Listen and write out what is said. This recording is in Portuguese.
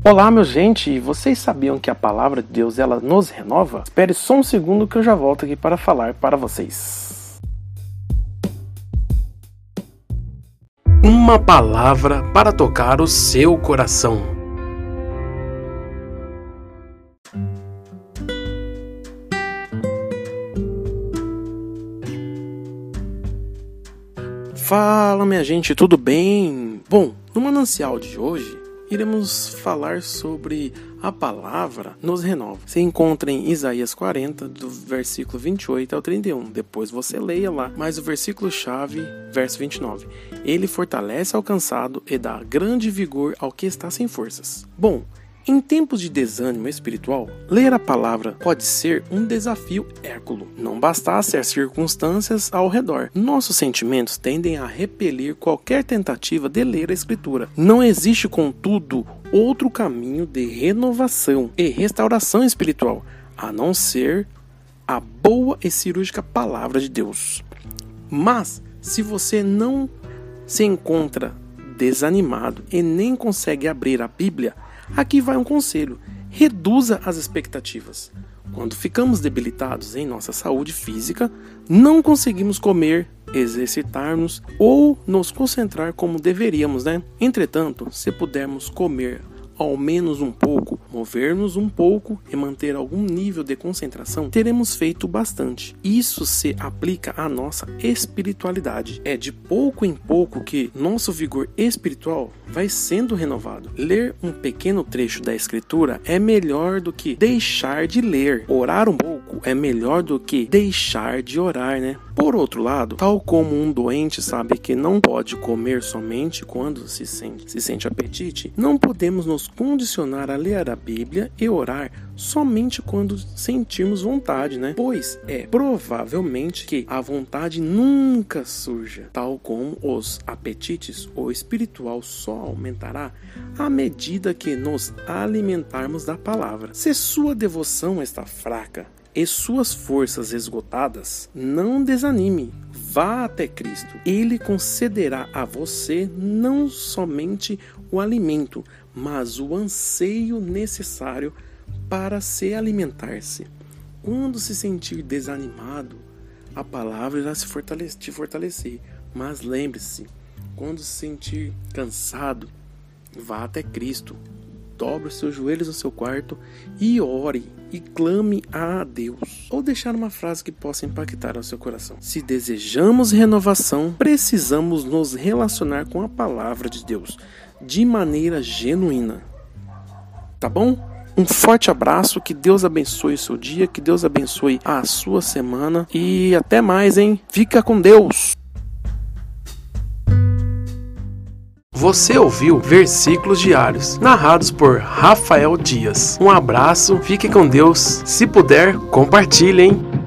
Olá, meu gente! Vocês sabiam que a palavra de Deus ela nos renova? Espere só um segundo que eu já volto aqui para falar para vocês. Uma palavra para tocar o seu coração. Fala, minha gente, tudo bem? Bom, no manancial de hoje iremos falar sobre a palavra nos renova. Se encontra em Isaías 40, do versículo 28 ao 31. Depois você leia lá. Mas o versículo-chave, verso 29. Ele fortalece ao cansado e dá grande vigor ao que está sem forças. Bom, em tempos de desânimo espiritual, ler a palavra pode ser um desafio hérculo. Não bastasse as circunstâncias ao redor. Nossos sentimentos tendem a repelir qualquer tentativa de ler a Escritura. Não existe, contudo, outro caminho de renovação e restauração espiritual, a não ser a boa e cirúrgica palavra de Deus. Mas, se você não se encontra desanimado e nem consegue abrir a Bíblia, aqui vai um conselho: reduza as expectativas. Quando ficamos debilitados em nossa saúde física, não conseguimos comer, exercitar-nos ou nos concentrar como deveríamos, né? Entretanto, se pudermos comer ao menos um pouco, mover-nos um pouco e manter algum nível de concentração, teremos feito bastante. Isso se aplica à nossa espiritualidade. É de pouco em pouco que nosso vigor espiritual vai sendo renovado. Ler um pequeno trecho da Escritura é melhor do que deixar de ler. Orar um pouco é melhor do que deixar de orar, né? Por outro lado, tal como um doente sabe que não pode comer somente quando se sente apetite, não podemos nos condicionar a ler a Bíblia e orar somente quando sentirmos vontade, né? Pois é provavelmente que a vontade nunca surja, tal como os apetites. O espiritual só aumentará à medida que nos alimentarmos da palavra. Se sua devoção está fraca e suas forças esgotadas, não desanime. Vá até Cristo. Ele concederá a você não somente o alimento, mas o anseio necessário para se alimentar-se. Quando se sentir desanimado, a palavra irá te fortalecer. Mas lembre-se, quando se sentir cansado, vá até Cristo. Dobre os seus joelhos no seu quarto e ore e clame a Deus. Ou deixar uma frase que possa impactar o seu coração. Se desejamos renovação, precisamos nos relacionar com a palavra de Deus de maneira genuína. Tá bom? Um forte abraço, que Deus abençoe o seu dia, que Deus abençoe a sua semana e até mais, hein? Fica com Deus! Você ouviu Versículos Diários, narrados por Rafael Dias. Um abraço, fique com Deus. Se puder, compartilhe, hein?